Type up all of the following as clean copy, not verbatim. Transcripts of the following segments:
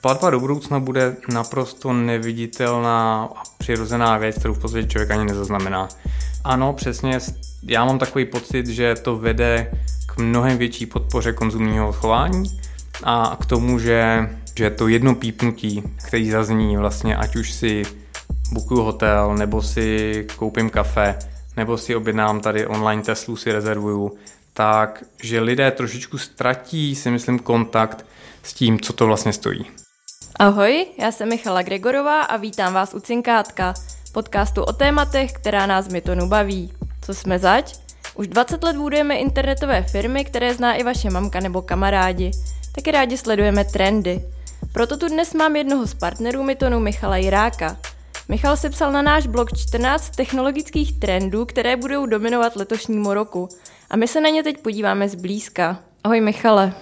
Platba do budoucna bude naprosto neviditelná a přirozená věc, kterou v podstatě člověk ani nezaznamená. Ano, přesně, já mám takový pocit, že to vede k mnohem větší podpoře konzumního chování a k tomu, že to jedno pípnutí, který zazní vlastně, ať už si bookuju hotel, nebo si koupím kafe, nebo si objednám tady online Teslu, si rezervuju, tak že lidé trošičku ztratí, si myslím, kontakt s tím, co to vlastně stojí. Ahoj, já jsem Michala Gregorová a vítám vás u Cinkátka, podcastu o tématech, která nás v Mytonu baví. Co jsme zač? Už 20 let budujeme internetové firmy, které zná i vaše mamka nebo kamarádi. Taky rádi sledujeme trendy. Proto tu dnes mám jednoho z partnerů Mytonu, Michala Jiráka. Michal sepsal na náš blog 14 technologických trendů, které budou dominovat letošnímu roku. A my se na ně teď podíváme zblízka. Ahoj Michale.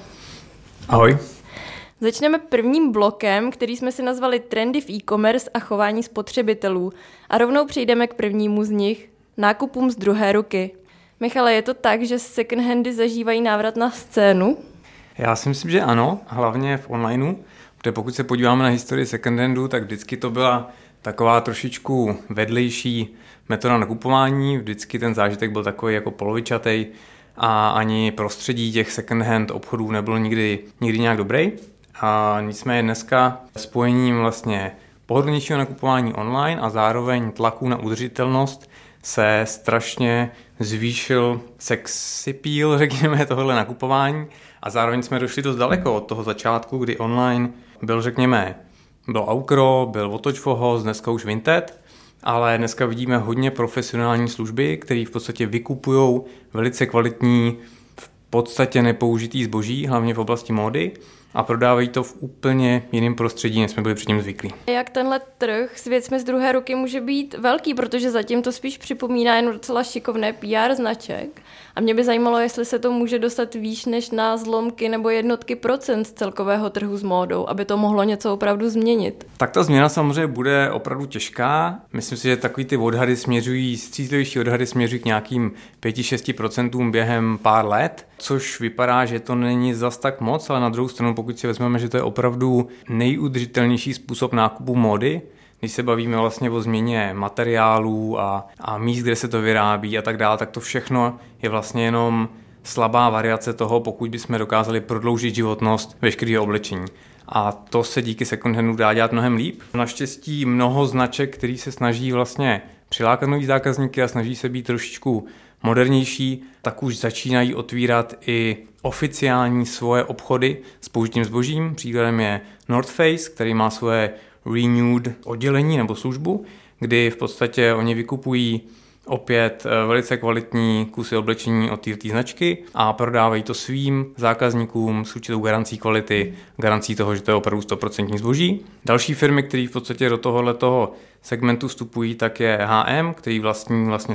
Ahoj. Začneme prvním blokem, který jsme si nazvali Trendy v e-commerce a chování spotřebitelů. A rovnou přejdeme k prvnímu z nich, nákupům z druhé ruky. Michale, je to tak, že second-handy zažívají návrat na scénu? Já si myslím, že ano, hlavně v onlineu, protože pokud se podíváme na historii second-handu, tak vždycky to byla taková trošičku vedlejší metoda nakupování, vždycky ten zážitek byl takový jako polovičatej a ani prostředí těch second-hand obchodů nebylo nikdy nějak dobrý. A nicméně dneska spojením vlastně pohodlnějšího nakupování online a zároveň tlaku na udržitelnost se strašně zvýšil sex appeal, řekněme, tohle nakupování a zároveň jsme došli dost daleko od toho začátku, kdy online byl, řekněme, byl Aukro, byl Otoč Fohos, dneska už Vinted, ale dneska vidíme hodně profesionální služby, které v podstatě vykupují velice kvalitní, v podstatě nepoužitý zboží, hlavně v oblasti módy, a prodávají to v úplně jiném prostředí, než jsme byli předtím zvyklí. Jak tenhle trh s věcmi z druhé ruky může být velký, protože zatím to spíš připomíná jen docela šikovné PR značek. A mě by zajímalo, jestli se to může dostat výš než na zlomky nebo jednotky procent z celkového trhu s módou, aby to mohlo něco opravdu změnit. Tak ta změna samozřejmě bude opravdu těžká. Myslím si, že takový ty odhady směřují, střízlivější odhady směřují k nějakým 5-6% během pár let, což vypadá, že to není zas tak moc, ale na druhou stranu, pokud si vezmeme, že to je opravdu nejudržitelnější způsob nákupu módy, když se bavíme vlastně o změně materiálů a míst, kde se to vyrábí a tak dále, tak to všechno je vlastně jenom slabá variace toho, pokud bychom dokázali prodloužit životnost veškerého oblečení. A to se díky second-handu dá dělat mnohem líp. Naštěstí mnoho značek, který se snaží vlastně přilákat nový zákazníky a snaží se být trošičku modernější, tak už začínají otvírat i oficiální svoje obchody s použitým zbožím. Příkladem je North Face, který má svoje renewed oddělení nebo službu, kdy v podstatě oni vykupují opět velice kvalitní kusy oblečení od této značky a prodávají to svým zákazníkům s určitou garancí kvality, garancí toho, že to je opravdu 100% zboží. Další firmy, které v podstatě do tohoto segmentu vstupují, tak je H&M, který vlastní vlastně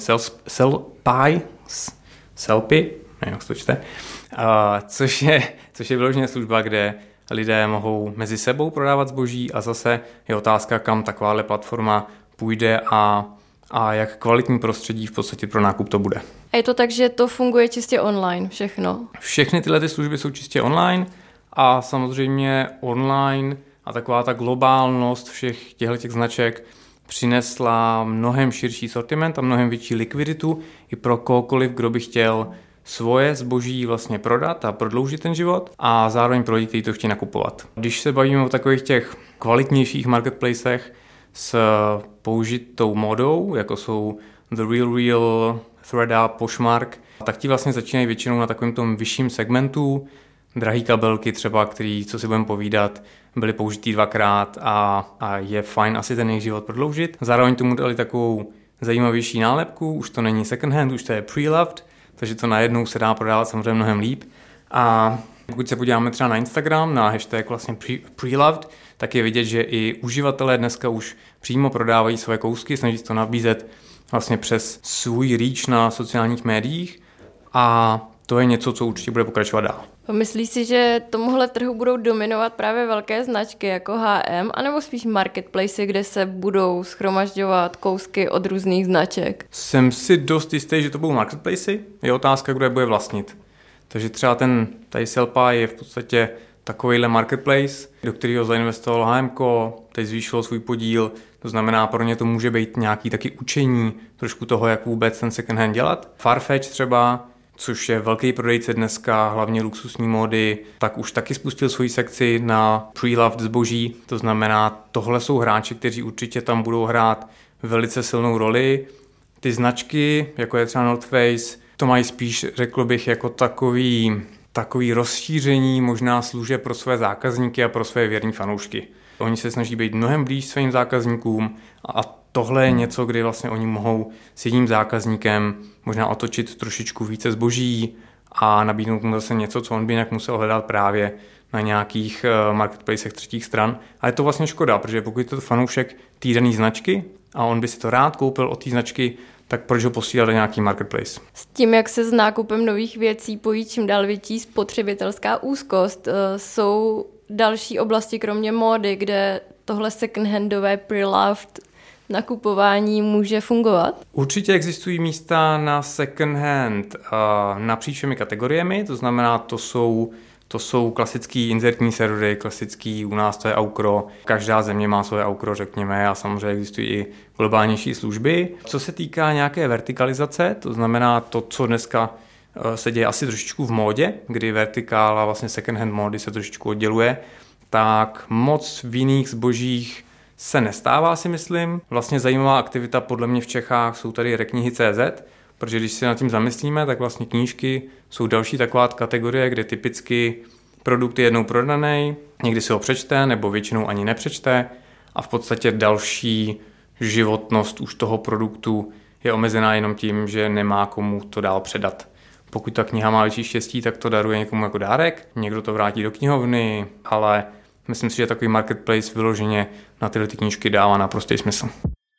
Sellpy, nevím, jak se to čte, což je vyloženě služba, kde lidé mohou mezi sebou prodávat zboží a zase je otázka, kam takováhle platforma půjde a jak kvalitní prostředí v podstatě pro nákup to bude. A je to tak, že to funguje čistě online všechno? Všechny tyhle ty služby jsou čistě online a samozřejmě online a taková ta globálnost všech těchto značek přinesla mnohem širší sortiment a mnohem větší likviditu i pro kohokoliv, kdo by chtěl svoje zboží vlastně prodat a prodloužit ten život a zároveň pro lidi, kteří to chtějí nakupovat. Když se bavíme o takových těch kvalitnějších marketplacech s použitou módou, jako jsou The Real, ThredUp, Poshmark, tak ti vlastně začínají většinou na takovém tom vyšším segmentu. Drahý kabelky třeba, který, co si budeme povídat, byly použitý dvakrát a je fajn asi ten jejich život prodloužit. Zároveň tomu dali takovou zajímavější nálepku, už to není second hand, už to je pre-loved, takže to najednou se dá prodávat samozřejmě mnohem líp. A pokud se podíváme třeba na Instagram, na hashtag vlastně preloved, tak je vidět, že i uživatelé dneska už přímo prodávají svoje kousky, snaží se to nabízet vlastně přes svůj reach na sociálních médiích a to je něco, co určitě bude pokračovat dál. Myslíš si, že tomuhle trhu budou dominovat právě velké značky jako H&M, anebo spíš marketplace, kde se budou shromažďovat kousky od různých značek? Jsem si dost jistý, že to budou marketplace. Je otázka, kdo je bude vlastnit. Takže třeba tady Sellpy je v podstatě takovejhle marketplace, do kterého zainvestovalo HMK, teď zvýšilo svůj podíl, to znamená, pro ně to může být nějaký taky učení trošku toho, jak vůbec ten second hand dělat. Farfetch třeba, což je velký prodejce dneska, hlavně luxusní módy, tak už taky spustil svoji sekci na pre-loved zboží. To znamená, tohle jsou hráči, kteří určitě tam budou hrát velice silnou roli. Ty značky, jako je třeba North Face, to mají spíš, řekl bych, jako takový rozšíření možná služeb pro své zákazníky a pro své věrní fanoušky. Oni se snaží být mnohem blíž svým zákazníkům a tohle je něco, kdy vlastně oni mohou s jedním zákazníkem možná otočit trošičku více zboží a nabídnout mu zase něco, co on by jinak musel hledat právě na nějakých marketplacech třetích stran. A je to vlastně škoda, protože pokud je to fanoušek té dané značky a on by si to rád koupil od té značky, tak proč ho posílat do nějaký marketplace? S tím, jak se s nákupem nových věcí pojí čím dál větší spotřebitelská úzkost, jsou další oblasti kromě módy, kde tohle second-handové pre-loved nakupování může fungovat? Určitě existují místa na second-hand napříč všemi kategoriemi, to znamená, to jsou klasický inzertní servery, klasický, u nás to je Aukro, každá země má svoje Aukro, řekněme, a samozřejmě existují i globálnější služby. Co se týká nějaké vertikalizace, to znamená to, co dneska se děje asi trošičku v módě, kdy vertikál a vlastně second-hand módy se trošičku odděluje, tak moc v jiných zbožích se nestává, si myslím. Vlastně zajímavá aktivita podle mě v Čechách jsou tady reknihy.cz, protože když se nad tím zamyslíme, tak vlastně knížky jsou další taková kategorie, kde typicky produkt je jednou prodaný, někdy si ho přečte nebo většinou ani nepřečte a v podstatě další životnost už toho produktu je omezená jenom tím, že nemá komu to dál předat. Pokud ta kniha má větší štěstí, tak to daruje někomu jako dárek, někdo to vrátí do knihovny, ale myslím si, že takový marketplace vyloženě na tyhle ty knížky dává naprostý smysl.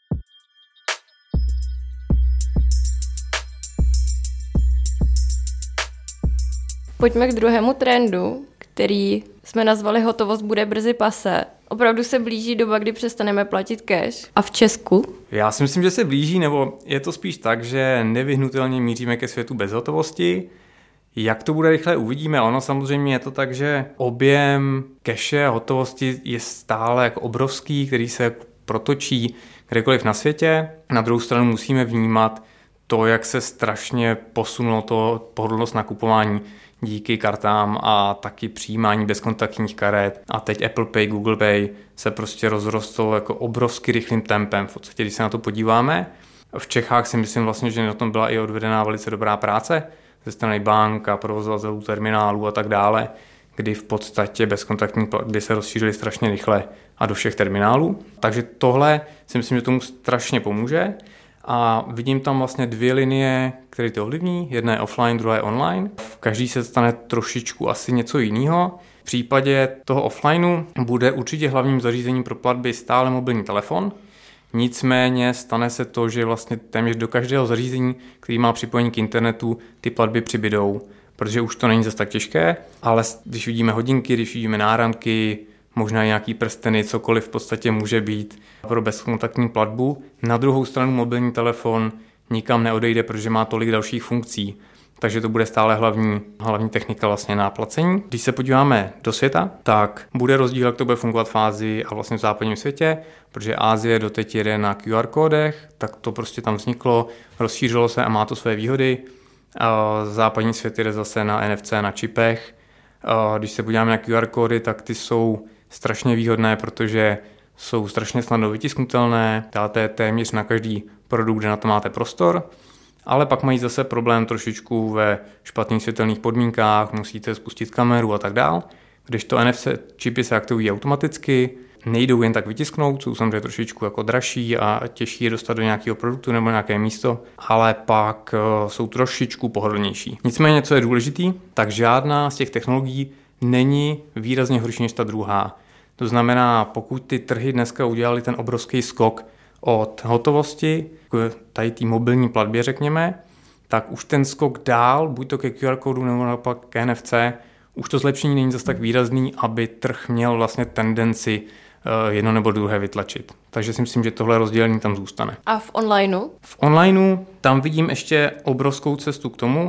Pojďme k druhému trendu, který jsme nazvali hotovost bude brzy pase. Opravdu se blíží doba, kdy přestaneme platit cash. A v Česku? Já si myslím, že se blíží, nebo je to spíš tak, že nevyhnutelně míříme ke světu bez hotovosti. Jak to bude rychle, uvidíme. Ono samozřejmě je to tak, že objem cache a hotovosti je stále jako obrovský, který se protočí kdekoliv na světě. Na druhou stranu musíme vnímat to, jak se strašně posunulo to pohodlnost nakupování díky kartám a taky přijímání bezkontaktních karet. A teď Apple Pay, Google Pay se prostě rozrostl jako obrovsky rychlým tempem. V podstatě, když se na to podíváme, v Čechách si myslím vlastně, že na tom byla i odvedená velice dobrá práce ze strany bank a provozovatelů terminálů a tak dále, kdy v podstatě bezkontaktní platby se rozšířily strašně rychle a do všech terminálů. Takže tohle si myslím, že tomu strašně pomůže. A vidím tam vlastně dvě linie, které to ovlivní. Jedna je offline, druhá je online. V každý se stane trošičku asi něco jiného. V případě toho offlineu bude určitě hlavním zařízením pro platby stále mobilní telefon. Nicméně stane se to, že vlastně téměř do každého zařízení, který má připojení k internetu, ty platby přibydou, protože už to není zase tak těžké, ale když vidíme hodinky, když vidíme náramky, možná nějaký prsteny, cokoliv v podstatě může být pro bezkontaktní platbu. Na druhou stranu mobilní telefon nikam neodejde, protože má tolik dalších funkcí. Takže to bude stále hlavní technika vlastně na placení. Když se podíváme do světa, tak bude rozdíl, jak to bude fungovat v Ázii a vlastně v západním světě, protože Asie doteď jede na QR kódech, tak to prostě tam vzniklo, rozšířilo se a má to své výhody. Západní svět jede zase na NFC, na čipech. Když se podíváme na QR kódy, tak ty jsou strašně výhodné, protože jsou strašně snadno vytisknutelné, dáte téměř na každý produkt, kde na to máte prostor, ale pak mají zase problém trošičku ve špatných světelných podmínkách, musíte spustit kameru a tak dál. Když to NFC čipy se aktivují automaticky, nejdou jen tak vytisknout, jsou samozřejmě trošičku jako dražší a těžší je dostat do nějakého produktu nebo nějaké místo, ale pak jsou trošičku pohodlnější. Nicméně, co je důležitý, tak žádná z těch technologií není výrazně horší než ta druhá. To znamená, pokud ty trhy dneska udělali ten obrovský skok od hotovosti k tady té mobilní platbě, řekněme, tak už ten skok dál, buď to ke QR kódu nebo naopak k NFC, už to zlepšení není zase tak výrazný, aby trh měl vlastně tendenci jedno nebo druhé vytlačit. Takže si myslím, že tohle rozdělení tam zůstane. A v onlineu? V onlineu tam vidím ještě obrovskou cestu k tomu,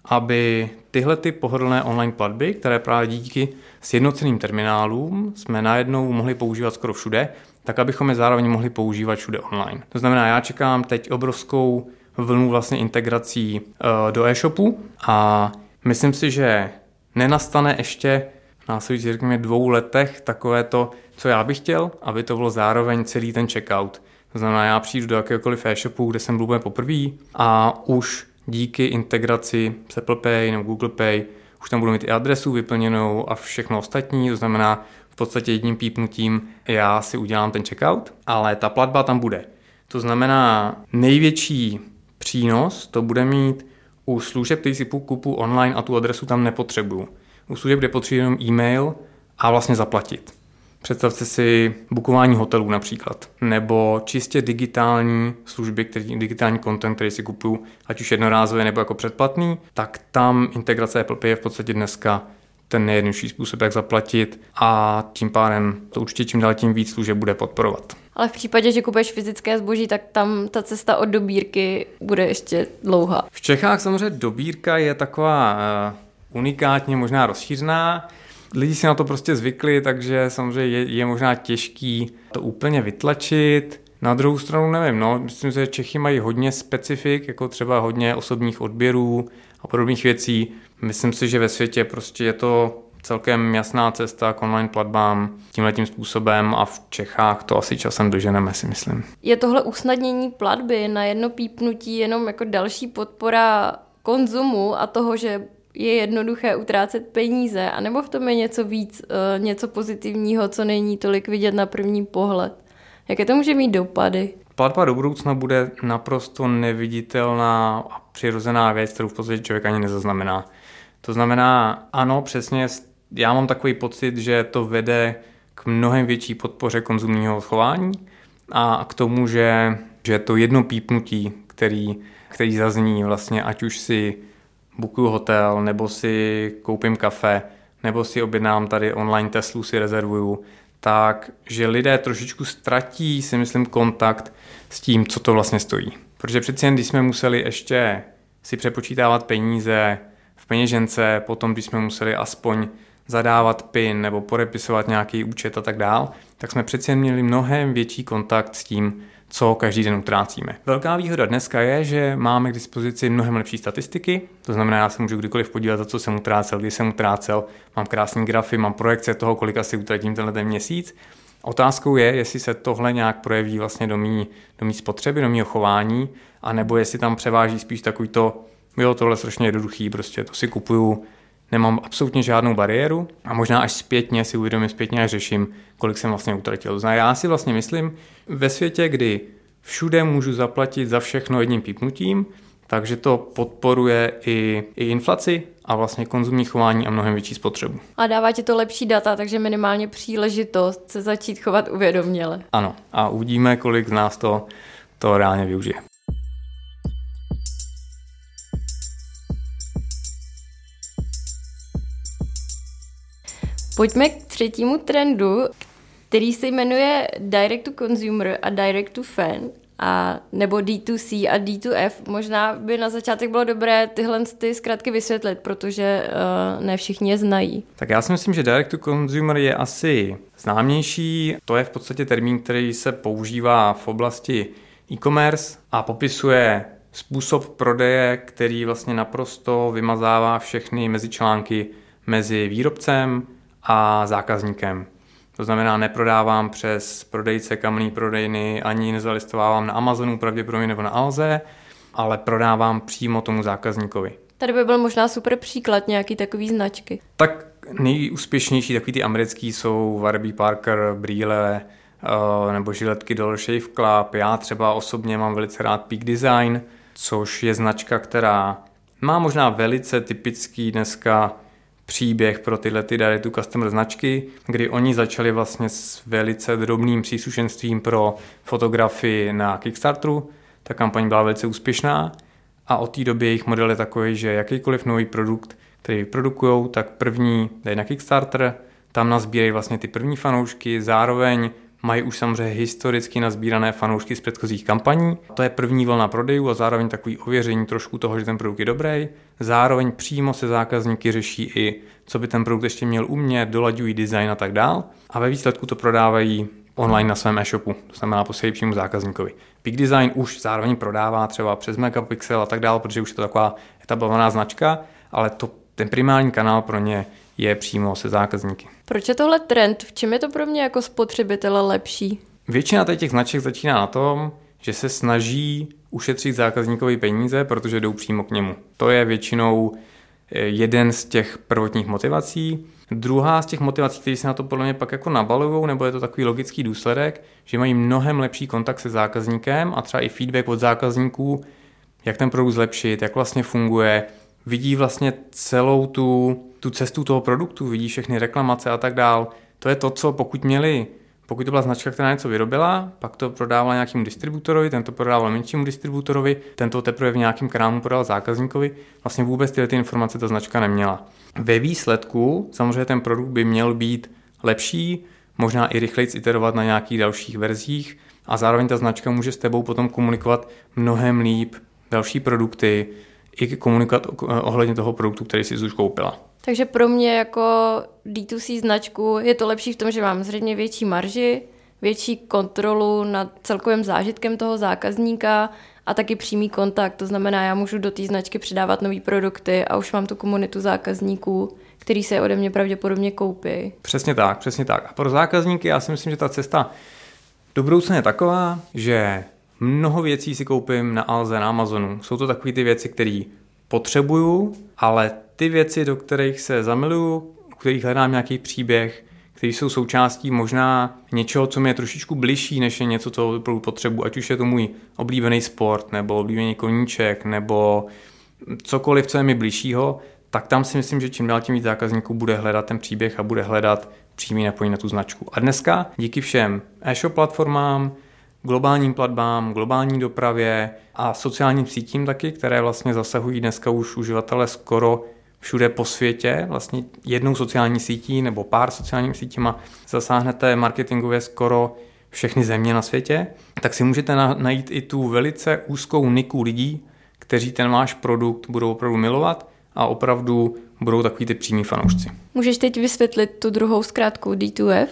aby tyhle ty pohodlné online platby, které právě díky sjednoceným terminálům jsme najednou mohli používat skoro všude, tak abychom je zároveň mohli používat všude online. To znamená, já čekám teď obrovskou vlnu vlastně integrací do e-shopu a myslím si, že nenastane ještě v následujících, řekněme, 2 letech takové to, co já bych chtěl, aby to bylo zároveň celý ten checkout. To znamená, já přijdu do jakéhokoliv e-shopu, kde jsem byl úplně poprvé a už díky integraci s Apple Pay nebo Google Pay už tam budu mít i adresu vyplněnou a všechno ostatní, to znamená v podstatě jedním pípnutím já si udělám ten checkout, ale ta platba tam bude. To znamená největší přínos to bude mít u služeb, který si kupuju online a tu adresu tam nepotřebuju. U služeb, kde potřebuji jenom e-mail a vlastně zaplatit. Představte si bukování hotelů například, nebo čistě digitální služby, digitální content, který si kupuju, ať už jednorázově nebo jako předplatný, tak tam integrace Apple Pay je v podstatě dneska ten nejjednodušší způsob, jak zaplatit a tím pádem to určitě čím dál tím víc služeb bude podporovat. Ale v případě, že kupuješ fyzické zboží, tak tam ta cesta od dobírky bude ještě dlouhá. V Čechách samozřejmě dobírka je taková unikátně možná rozšířená. Lidi si na to prostě zvykli, takže samozřejmě je možná těžký to úplně vytlačit. Na druhou stranu nevím, myslím si, že Čechy mají hodně specifik, jako třeba hodně osobních odběrů a podobných věcí. Myslím si, že ve světě prostě je to celkem jasná cesta k online platbám tímhletím způsobem a v Čechách to asi časem doženeme, si myslím. Je tohle usnadnění platby na jedno pípnutí jenom jako další podpora konzumu a toho, že je jednoduché utrácet peníze, anebo v tom je něco víc, něco pozitivního, co není tolik vidět na první pohled? Jaké to může mít dopady? Platba do budoucna bude naprosto neviditelná a přirozená věc, kterou v podstatě člověk ani nezaznamená. To znamená, ano, přesně, já mám takový pocit, že to vede k mnohem větší podpoře konzumního chování a k tomu, že to jedno pípnutí, který zazní vlastně, ať už si bookuju hotel, nebo si koupím kafe, nebo si objednám tady online Teslu, si rezervuju, tak, že lidé trošičku ztratí, si myslím, kontakt s tím, co to vlastně stojí. Protože přeci jen, když jsme museli ještě si přepočítávat peníze v peněžence, potom, když jsme museli aspoň zadávat PIN nebo podepisovat nějaký účet a tak dál, tak jsme přeci jen měli mnohem větší kontakt s tím, co každý den utrácíme. Velká výhoda dneska je, že máme k dispozici mnohem lepší statistiky, to znamená, já se můžu kdykoliv podívat, za co jsem utrácel, kdy jsem utrácel, mám krásný grafy, mám projekce toho, kolik asi utratím tenhle měsíc. Otázkou je, jestli se tohle nějak projeví vlastně do mý spotřeby, do mýho chování, anebo jestli tam převáží spíš takový to, tohle je strašně jednoduchý, prostě to si kupuju, nemám absolutně žádnou bariéru a možná až zpětně si uvědomím, až řeším, kolik jsem vlastně utratil. To znamená, já si vlastně myslím, ve světě, kdy všude můžu zaplatit za všechno jedním pípnutím, takže to podporuje i inflaci a vlastně konzumní chování a mnohem větší spotřebu. A dává ti to lepší data, takže minimálně příležitost se začít chovat uvědoměle. Ano, a uvidíme, kolik z nás to reálně využije. Pojďme k třetímu trendu, který se jmenuje Direct to Consumer a Direct to Fan, nebo D2C a D2F. Možná by na začátek bylo dobré tyhle zkratky vysvětlit, protože ne všichni je znají. Tak já si myslím, že Direct to Consumer je asi známější. To je v podstatě termín, který se používá v oblasti e-commerce a popisuje způsob prodeje, který vlastně naprosto vymazává všechny mezičlánky mezi výrobcem a zákazníkem. To znamená, neprodávám přes prodejce kamenné prodejny, ani nezalistovávám na Amazonu pravděpodobně nebo na Alze, ale prodávám přímo tomu zákazníkovi. Tady by byl možná super příklad nějaký takový značky. Tak nejúspěšnější takový ty americký jsou Warby Parker, Brille nebo žiletky Dollar Shave Club. Já třeba osobně mám velice rád Peak Design, což je značka, která má možná velice typický dneska příběh pro tyhle direct to customer značky, kdy oni začali vlastně s velice drobným příslušenstvím pro fotografii na Kickstarteru. Ta kampaň byla velice úspěšná a od té doby jejich model je takový, že jakýkoliv nový produkt, který vyprodukujou, tak první dají na Kickstarter, tam nazbírají vlastně ty první fanoušky, zároveň mají už samozřejmě historicky nazbírané fanoušky z předchozích kampaní. To je první vlna prodejů a zároveň takový ověření trošku toho, že ten produkt je dobrý. Zároveň přímo se zákazníky řeší i, co by ten produkt ještě měl umět, dolaďují design a tak dál. A ve výsledku to prodávají online na svém e-shopu, to znamená posílají přímo zákazníkovi. Peak Design už zároveň prodává třeba přes Megapixel a tak dál, protože už je to taková etablovaná značka, ale ten primární kanál pro ně je přímo se zákazníky. Proč je tohle trend? V čem je to pro mě jako spotřebitele lepší? Většina těch značek začíná na tom, že se snaží ušetřit zákazníkovi peníze, protože jdou přímo k němu. To je většinou jeden z těch prvotních motivací. Druhá z těch motivací, které se na to podle mě pak jako nabalujou, nebo je to takový logický důsledek, že mají mnohem lepší kontakt se zákazníkem a třeba i feedback od zákazníků, jak ten produkt zlepšit, jak vlastně funguje, vidí vlastně celou tu cestu toho produktu, vidí všechny reklamace a tak dál. To je to, co pokud to byla značka, která něco vyrobila, pak to prodávala nějakému distributorovi, ten to prodával menšímu distributorovi, ten to teprve v nějakém krámu prodal zákazníkovi, vlastně vůbec ty informace ta značka neměla. Ve výsledku samozřejmě ten produkt by měl být lepší, možná i rychleji iterovat na nějakých dalších verzích a zároveň ta značka může s tebou potom komunikovat mnohem líp další produkty, i komunikovat ohledně toho produktu, který si už koupila. Takže pro mě jako D2C značku je to lepší v tom, že mám zřejmě větší marži, větší kontrolu nad celkovým zážitkem toho zákazníka a taky přímý kontakt. To znamená, já můžu do té značky přidávat nový produkty a už mám tu komunitu zákazníků, který se ode mě pravděpodobně koupí. Přesně tak. A pro zákazníky já si myslím, že ta cesta do budoucna je taková, že mnoho věcí si koupím na Alze, na Amazonu. Jsou to takové ty věci, které potřebuju, ale ty věci, do kterých se zamiluju, u kterých hledám nějaký příběh, které jsou součástí možná něčeho, co mi je trošičku bližší, než je něco, co opravdu potřebuji, ať už je to můj oblíbený sport, nebo oblíbený koníček, nebo cokoliv, co je mi bližšího, tak tam si myslím, že čím dál tím víc zákazníků bude hledat ten příběh a bude hledat přímý napojení na tu značku. A dneska díky všem e-shop platformám, globálním platbám, globální dopravě a sociálním sítím taky, které vlastně zasahují dneska už uživatele skoro všude po světě, vlastně jednou sociální sítí nebo pár sociálními sítěma zasáhnete marketingově skoro všechny země na světě, tak si můžete najít i tu velice úzkou niku lidí, kteří ten váš produkt budou opravdu milovat a opravdu budou takový ty přímí fanoušci. Můžeš teď vysvětlit tu druhou zkrátku D2F?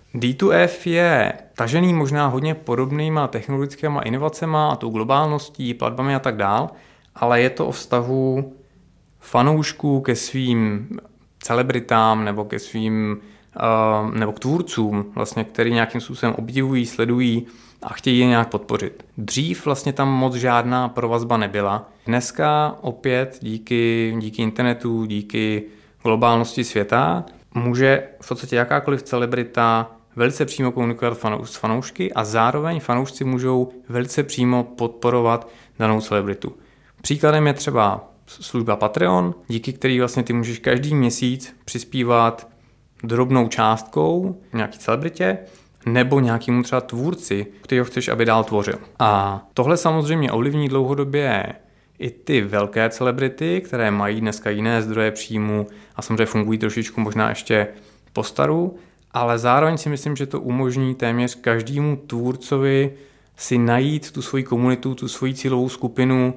D2F je tažený možná hodně podobnýma technologickými inovacema a tou globálností, platbami a tak dál, ale je to o vztahu fanoušků ke svým celebritám nebo ke svým nebo k tvůrcům, vlastně, který nějakým způsobem obdivují, sledují a chtějí je nějak podpořit. Dřív vlastně tam moc žádná provazba nebyla. Dneska opět díky internetu, díky globálnosti světa může v podstatě jakákoliv celebrita velice přímo komunikovat s fanoušky a zároveň fanoušci můžou velice přímo podporovat danou celebritu. Příkladem je třeba služba Patreon, díky který vlastně ty můžeš každý měsíc přispívat drobnou částkou nějaký celebritě nebo nějakému třeba tvůrci, kterého chceš, aby dál tvořil. A tohle samozřejmě ovlivní dlouhodobě i ty velké celebrity, které mají dneska jiné zdroje příjmu a samozřejmě fungují trošičku možná ještě po staru, ale zároveň si myslím, že to umožní téměř každému tvůrcovi si najít tu svoji komunitu, tu svoji cílovou skupinu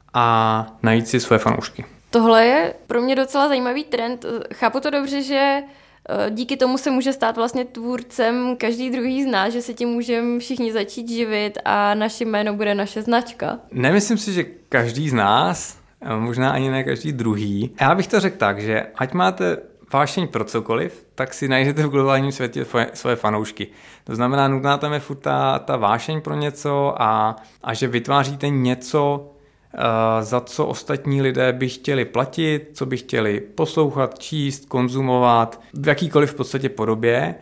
a najít si své fanoušky. Tohle je pro mě docela zajímavý trend. Chápu to dobře, že díky tomu se může stát vlastně tvůrcem každý druhý z nás, že se tím můžeme všichni začít živit a naše jméno bude naše značka. Nemyslím si, že každý z nás, možná ani ne každý druhý. Já bych to řekl tak, že ať máte vášeň pro cokoliv, tak si najdete v globálním světě svoje fanoušky. To znamená, nutná tam je furt ta vášeň pro něco a že vytváříte něco, za co ostatní lidé by chtěli platit, co by chtěli poslouchat, číst, konzumovat, v jakýkoliv v podstatě podobě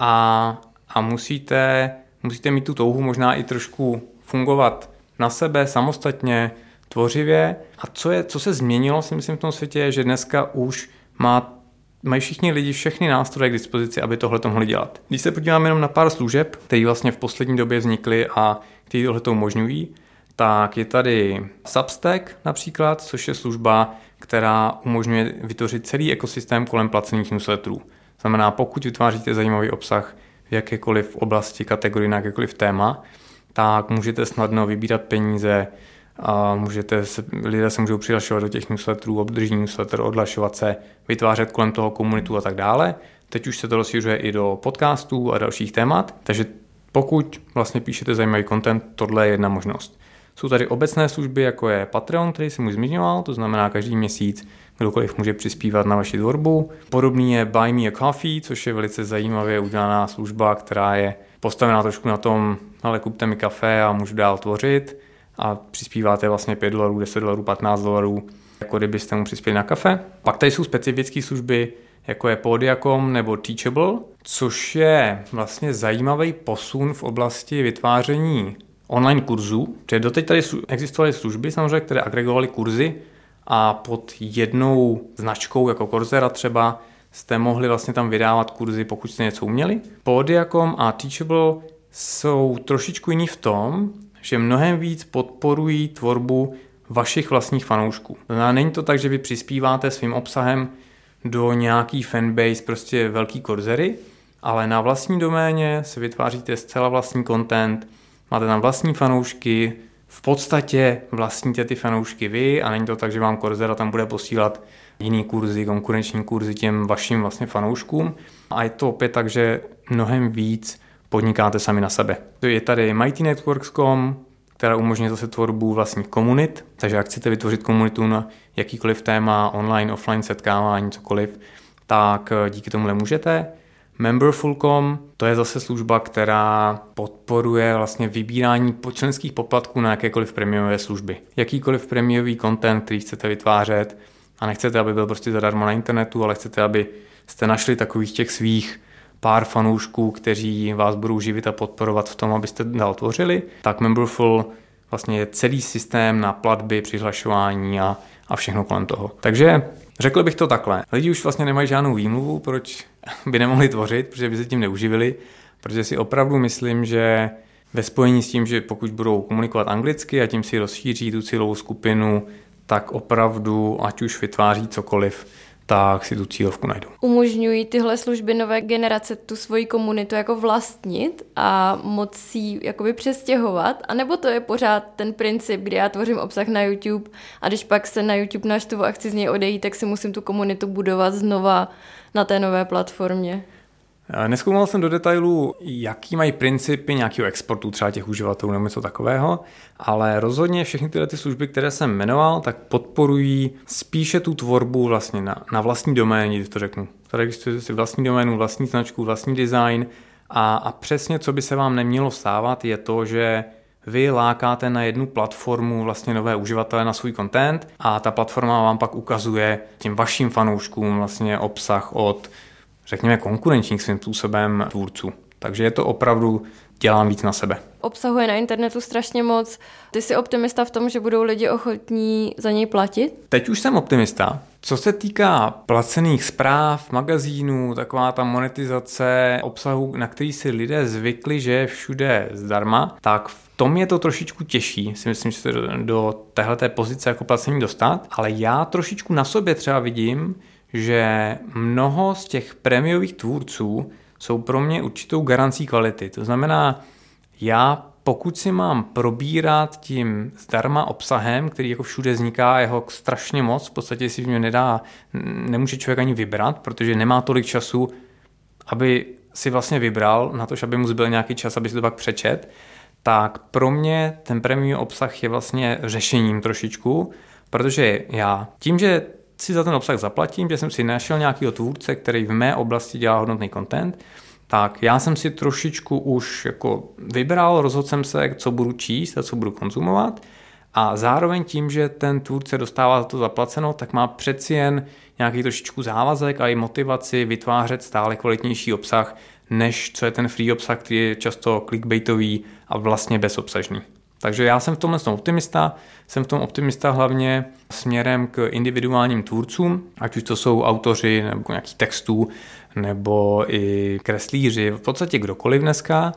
a musíte mít tu touhu možná i trošku fungovat na sebe, samostatně, tvořivě. A co se změnilo, si myslím, v tom světě, je, že dneska už mají všichni lidi všechny nástroje k dispozici, aby tohle mohli dělat. Když se podíváme jenom na pár služeb, které vlastně v poslední době vznikly a které tohle umožňují, tak je tady Substack například, což je služba, která umožňuje vytvořit celý ekosystém kolem placených newsletterů. Znamená, pokud vytváříte zajímavý obsah v jakékoliv oblasti, kategorii, na jakékoliv téma, tak můžete snadno vybírat peníze a lidé se můžou přihlašovat do těch newsletterů, obdrží newsletter, odhlašovat se, vytvářet kolem toho komunitu a tak dále. Teď už se to rozšiřuje i do podcastů a dalších témat, takže pokud vlastně píšete zajímavý content, tohle je jedna možnost. Jsou tady obecné služby, jako je Patreon, který jsem už zmiňoval, to znamená každý měsíc kdokoliv může přispívat na vaši tvorbu. Podobný je Buy Me a Coffee, což je velice zajímavě udělaná služba, která je postavená trošku na tom, ale kupte mi kafe a můžu dál tvořit a přispíváte vlastně $5, $10, $15, jako kdybyste mu přispěli na kafe. Pak tady jsou specifické služby, jako je Podiacom nebo Teachable, což je vlastně zajímavý posun v oblasti vytváření online kurzů, protože doteď tady existovaly služby samozřejmě, které agregovaly kurzy a pod jednou značkou, jako Coursera třeba, jste mohli vlastně tam vydávat kurzy, pokud jste něco uměli. Podiacom a Teachable jsou trošičku jiný v tom, že mnohem víc podporují tvorbu vašich vlastních fanoušků. Není to tak, že vy přispíváte svým obsahem do nějaký fanbase, prostě velký Coursery, ale na vlastní doméně si vytváříte zcela vlastní content, máte tam vlastní fanoušky, v podstatě vlastníte ty fanoušky vy a není to tak, že vám Coursera tam bude posílat jiný kurzy, konkurenční kurzy těm vašim vlastně fanouškům. A je to opět tak, že mnohem víc podnikáte sami na sebe. Je tady MightyNetworks.com, která umožňuje zase tvorbu vlastních komunit, takže jak chcete vytvořit komunitu na jakýkoliv téma, online, offline setkávání, cokoliv, tak díky tomu můžete. Memberful.com, to je zase služba, která podporuje vlastně vybírání členských poplatků na jakékoliv prémiové služby. Jakýkoliv prémiový content, který chcete vytvářet a nechcete, aby byl prostě zadarmo na internetu, ale chcete, aby jste našli takových těch svých pár fanoušků, kteří vás budou živit a podporovat v tom, abyste dál tvořili, tak Memberful vlastně je celý systém na platby, přihlašování a všechno kolem toho. Takže řekl bych to takhle. Lidi už vlastně nemají žádnou výmluvu, proč by nemohli tvořit, protože by se tím neuživili, protože si opravdu myslím, že ve spojení s tím, že pokud budou komunikovat anglicky a tím si rozšíří tu cílovou skupinu, tak opravdu, ať už vytváří cokoliv, tak si tu cílovku najdou. Umožňují tyhle služby nové generace tu svoji komunitu jako vlastnit a moc si jakoby přestěhovat? A nebo to je pořád ten princip, kdy já tvořím obsah na YouTube a když pak se na YouTube naštvu a chci z něj odejít, tak si musím tu komunitu budovat znova na té nové platformě? Nezkoumal jsem do detailu, jaký mají principy nějakého exportu třeba těch uživatelů nebo něco takového, ale rozhodně všechny tyhle ty služby, které jsem jmenoval, tak podporují spíše tu tvorbu vlastně na vlastní doméně, když to řeknu. Zaregistrujete si vlastní doménu, vlastní značku, vlastní design a přesně, co by se vám nemělo stávat, je to, že vy lákáte na jednu platformu vlastně nové uživatele na svůj content a ta platforma vám pak ukazuje těm vašim fanouškům vlastně obsah od řekněme konkurenčních svým způsobem tvůrců. Takže je to opravdu, dělám víc na sebe. Obsahuje na internetu strašně moc. Ty jsi optimista v tom, že budou lidi ochotní za něj platit? Teď už jsem optimista. Co se týká placených zpráv, magazínů, taková ta monetizace obsahu, na který si lidé zvykli, že je všude zdarma, tak v tom je to trošičku těžší. Si myslím, že se do téhleté pozice jako placení dostat, ale já trošičku na sobě třeba vidím, že mnoho z těch prémiových tvůrců jsou pro mě určitou garancí kvality. To znamená, já pokud si mám probírat tím zdarma obsahem, který jako všude vzniká, jeho strašně moc, v podstatě si v něm nemůže člověk ani vybrat, protože nemá tolik času, aby si vlastně vybral na to, aby mu zbyl nějaký čas, aby si to pak přečet, tak pro mě ten prémiový obsah je vlastně řešením trošičku, protože já tím, že si za ten obsah zaplatím, že jsem si našel nějakého tvůrce, který v mé oblasti dělá hodnotný content, tak já jsem si trošičku už jako vybral, rozhodl jsem se, co budu číst a co budu konzumovat a zároveň tím, že ten tvůrce dostává za to zaplaceno, tak má přeci jen nějaký trošičku závazek a i motivaci vytvářet stále kvalitnější obsah, než co je ten free obsah, který je často clickbaitový a vlastně bezobsažný. Takže já jsem v tomhle optimista, jsem v tom optimista hlavně směrem k individuálním tvůrcům, ať už to jsou autoři nebo nějakých textů, nebo i kreslíři, v podstatě kdokoliv dneska.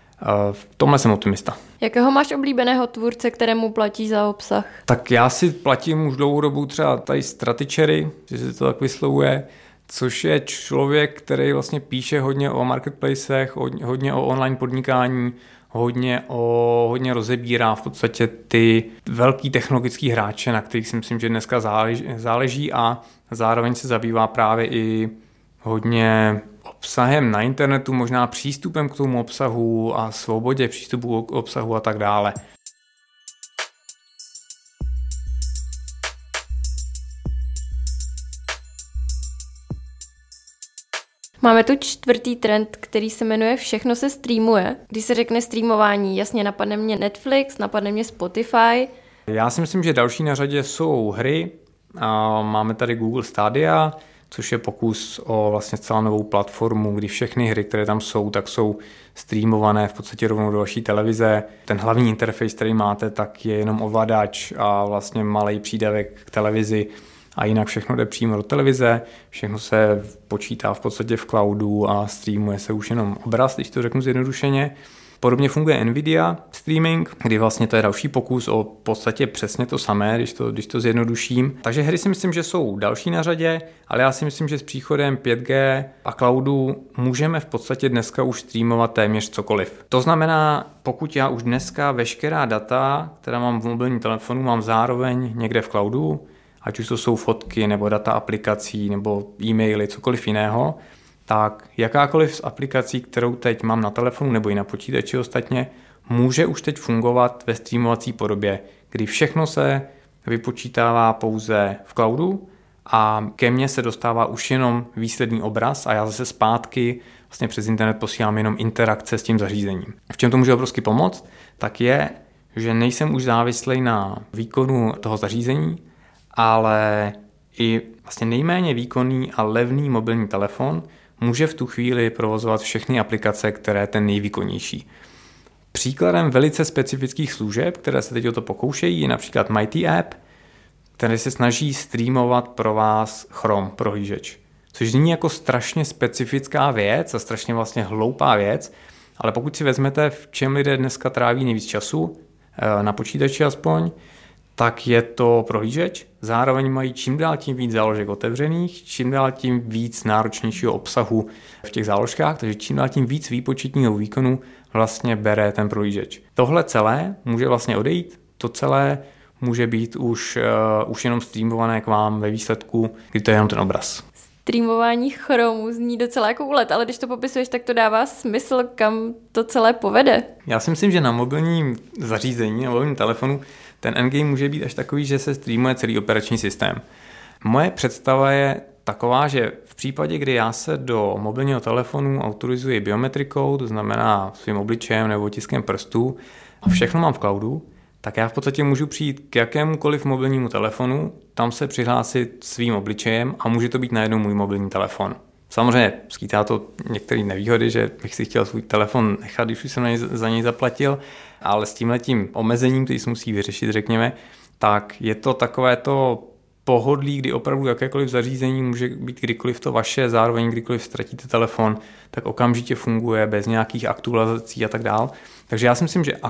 V tomhle jsem optimista. Jakého máš oblíbeného tvůrce, kterému platí za obsah? Tak já si platím už dlouhou dobu třeba tady Stratičery, že se to tak vyslovuje, což je člověk, který vlastně píše hodně o marketplacech, hodně o online podnikání, hodně rozebírá v podstatě ty velký technologický hráče, na kterých si myslím, že dneska záleží a zároveň se zabývá právě i hodně obsahem na internetu, možná přístupem k tomu obsahu a svobodě přístupu k obsahu a tak dále. Máme tu čtvrtý trend, který se jmenuje Všechno se streamuje. Když se řekne streamování, jasně napadne mě Netflix, napadne mě Spotify. Já si myslím, že další na řadě jsou hry. Máme tady Google Stadia, což je pokus o vlastně celá novou platformu, kdy všechny hry, které tam jsou, tak jsou streamované v podstatě rovnou do vaší televize. Ten hlavní interface, který máte, tak je jenom ovladač a vlastně malý přídavek k televizi a jinak všechno jde přímo do televize, všechno se počítá v podstatě v cloudu a streamuje se už jenom obraz, když to řeknu zjednodušeně. Podobně funguje Nvidia streaming, kdy vlastně to je další pokus o podstatě přesně to samé, když to zjednoduším. Takže hry si myslím, že jsou další na řadě, ale já si myslím, že s příchodem 5G a cloudu můžeme v podstatě dneska už streamovat téměř cokoliv. To znamená, pokud já už dneska veškerá data, která mám v mobilním telefonu, mám zároveň někde v cloudu, ať už to jsou fotky nebo data aplikací nebo e-maily, cokoliv jiného, tak jakákoliv z aplikací, kterou teď mám na telefonu nebo i na počítači ostatně, může už teď fungovat ve streamovací podobě, kdy všechno se vypočítává pouze v cloudu a ke mně se dostává už jenom výsledný obraz a já zase zpátky vlastně přes internet posílám jenom interakce s tím zařízením. V čem to může obrovsky pomoct, tak je, že nejsem už závislý na výkonu toho zařízení, ale i vlastně nejméně výkonný a levný mobilní telefon může v tu chvíli provozovat všechny aplikace, které ten nejvýkonnější. Příkladem velice specifických služeb, které se teď o to pokoušejí, je například Mighty App, který se snaží streamovat pro vás Chrome prohlížeč. Což zní jako strašně specifická věc a strašně vlastně hloupá věc, ale pokud si vezmete, v čem lidé dneska tráví nejvíc času, na počítači aspoň, tak je to prohlížeč. Zároveň mají čím dál tím víc záložek otevřených, čím dál tím víc náročnějšího obsahu v těch záložkách, takže čím dál tím víc výpočetního výkonu vlastně bere ten prohlížeč. Tohle celé může vlastně odejít, to celé může být už jenom streamované k vám ve výsledku, kdy to je jenom ten obraz. Streamování Chromu zní docela jako úlet, ale když to popisuješ, tak to dává smysl, kam to celé povede. Já si myslím, že na mobilním zařízení, na mobilním telefonu, ten endgame může být až takový, že se streamuje celý operační systém. Moje představa je taková, že v případě, kdy já se do mobilního telefonu autorizuji biometrikou, to znamená svým obličejem nebo otiskem prstů a všechno mám v cloudu, tak já v podstatě můžu přijít k jakémukoliv mobilnímu telefonu, tam se přihlásit svým obličejem a může to být najednou můj mobilní telefon. Samozřejmě skýtá to některé nevýhody, že bych si chtěl svůj telefon nechat, když už jsem za něj zaplatil, ale s tímhletím omezením, který se musí vyřešit, řekněme, tak je to takové to pohodlí, kdy opravdu jakékoliv zařízení může být kdykoliv to vaše, zároveň kdykoliv ztratíte telefon, tak okamžitě funguje bez nějakých aktualizací a tak dál. Takže já si myslím, že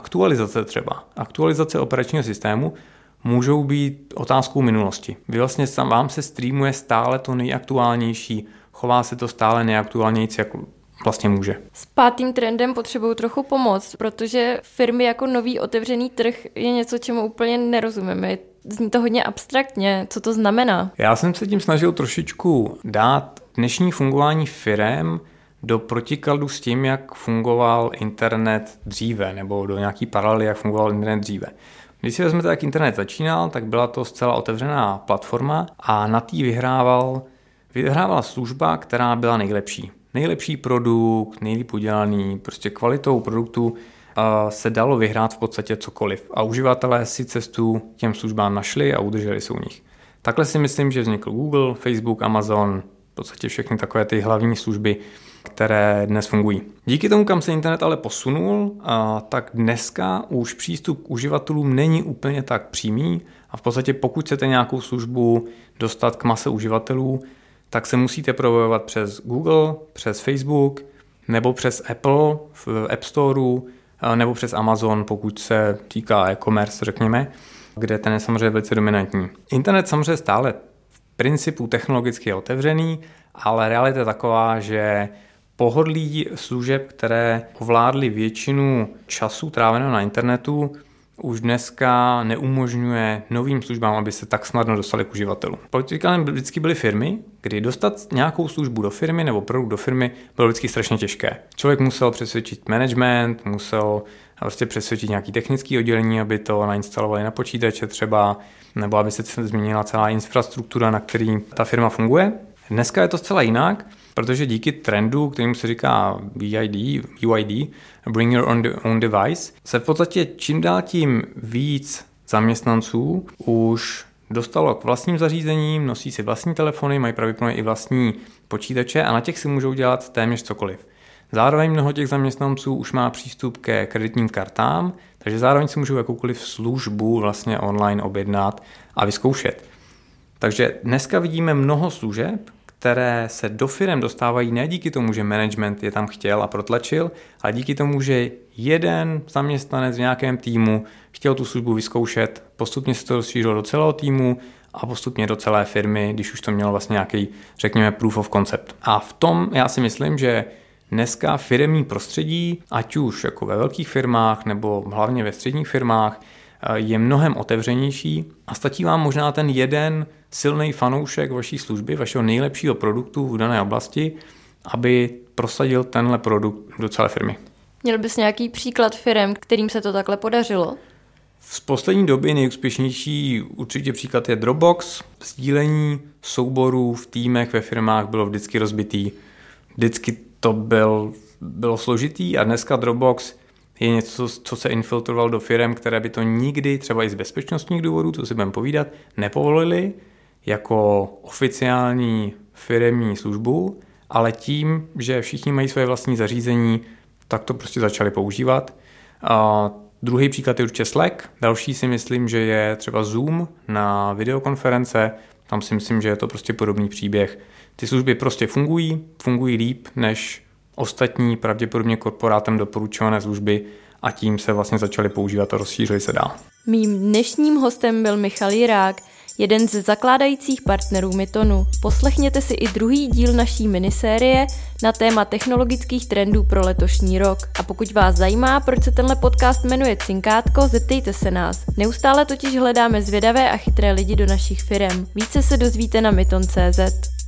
aktualizace operačního systému můžou být otázkou minulosti. Vy vlastně vám se streamuje stále to nejaktuálnější, chová se to stále nejaktuálnější, jak vlastně může. S pátým trendem potřebují trochu pomoct, protože firmy jako nový otevřený trh je něco, čemu úplně nerozumíme. Zní to hodně abstraktně. Co to znamená? Já jsem se tím snažil trošičku dát dnešní fungování firem do protikladu s tím, jak fungoval internet dříve, nebo do nějaký paralely, jak fungoval internet dříve. Když si vezmete, jak internet začínal, tak byla to zcela otevřená platforma a na té vyhrávala služba, která byla nejlepší. Nejlepší produkt, nejlíp udělaný, prostě kvalitou produktu se dalo vyhrát v podstatě cokoliv. A uživatelé si cestu těm službám našli a udrželi se u nich. Takhle si myslím, že vznikl Google, Facebook, Amazon, v podstatě všechny takové ty hlavní služby, které dnes fungují. Díky tomu, kam se internet ale posunul, tak dneska už přístup k uživatelům není úplně tak přímý a v podstatě pokud chcete nějakou službu dostat k mase uživatelů, tak se musíte probojovat přes Google, přes Facebook nebo přes Apple v App Storeu nebo přes Amazon, pokud se týká e-commerce, řekněme, kde ten je samozřejmě velice dominantní. Internet samozřejmě stále v principu technologicky je otevřený, ale realita je taková, že pohodlí služeb, které ovládly většinu času tráveného na internetu, už dneska neumožňuje novým službám, aby se tak snadno dostali k uživatelům. Politikánem vždycky byly firmy, kdy dostat nějakou službu do firmy nebo produkt do firmy bylo vždycky strašně těžké. Člověk musel přesvědčit management, musel prostě přesvědčit nějaký technický oddělení, aby to nainstalovali na počítače třeba, nebo aby se změnila celá infrastruktura, na který ta firma funguje. Dneska je to zcela jinak, protože díky trendu, kterému se říká BYD, Bring Your Own Device, se v podstatě čím dál tím víc zaměstnanců už dostalo k vlastním zařízením, nosí si vlastní telefony, mají pravděpodobně i vlastní počítače a na těch si můžou dělat téměř cokoliv. Zároveň mnoho těch zaměstnanců už má přístup ke kreditním kartám, takže zároveň si můžou jakoukoliv službu vlastně online objednat a vyzkoušet. Takže dneska vidíme mnoho služeb, které se do firem dostávají ne díky tomu, že management je tam chtěl a protlačil, ale díky tomu, že jeden zaměstnanec v nějakém týmu chtěl tu službu vyzkoušet, postupně se to rozšířilo do celého týmu a postupně do celé firmy, když už to mělo vlastně nějaký, řekněme, proof of concept. A v tom já si myslím, že dneska firemní prostředí, ať už jako ve velkých firmách nebo hlavně ve středních firmách, je mnohem otevřenější a stačí vám možná ten jeden silný fanoušek vaší služby, vašeho nejlepšího produktu v dané oblasti, aby prosadil tenhle produkt do celé firmy. Měl bys nějaký příklad firem, kterým se to takhle podařilo? Z poslední doby nejúspěšnější určitě příklad je Dropbox. Sdílení souborů v týmech ve firmách bylo vždycky rozbitý. Vždycky to bylo složitý a dneska Dropbox je něco, co se infiltrovalo do firem, které by to nikdy, třeba i z bezpečnostních důvodů, co si budeme povídat, nepovolili jako oficiální firemní službu, ale tím, že všichni mají své vlastní zařízení, tak to prostě začali používat. A druhý příklad je určitě Slack. Další si myslím, že je třeba Zoom na videokonference. Tam si myslím, že je to prostě podobný příběh. Ty služby prostě fungují líp než ostatní pravděpodobně korporátem doporučované služby a tím se vlastně začaly používat a rozšířily se dál. Mým dnešním hostem byl Michal Jirák, jeden ze zakládajících partnerů Mytonu. Poslechněte si i druhý díl naší minisérie na téma technologických trendů pro letošní rok. A pokud vás zajímá, proč se tenhle podcast jmenuje Cinkátko, zeptejte se nás. Neustále totiž hledáme zvědavé a chytré lidi do našich firem. Více se dozvíte na myton.cz.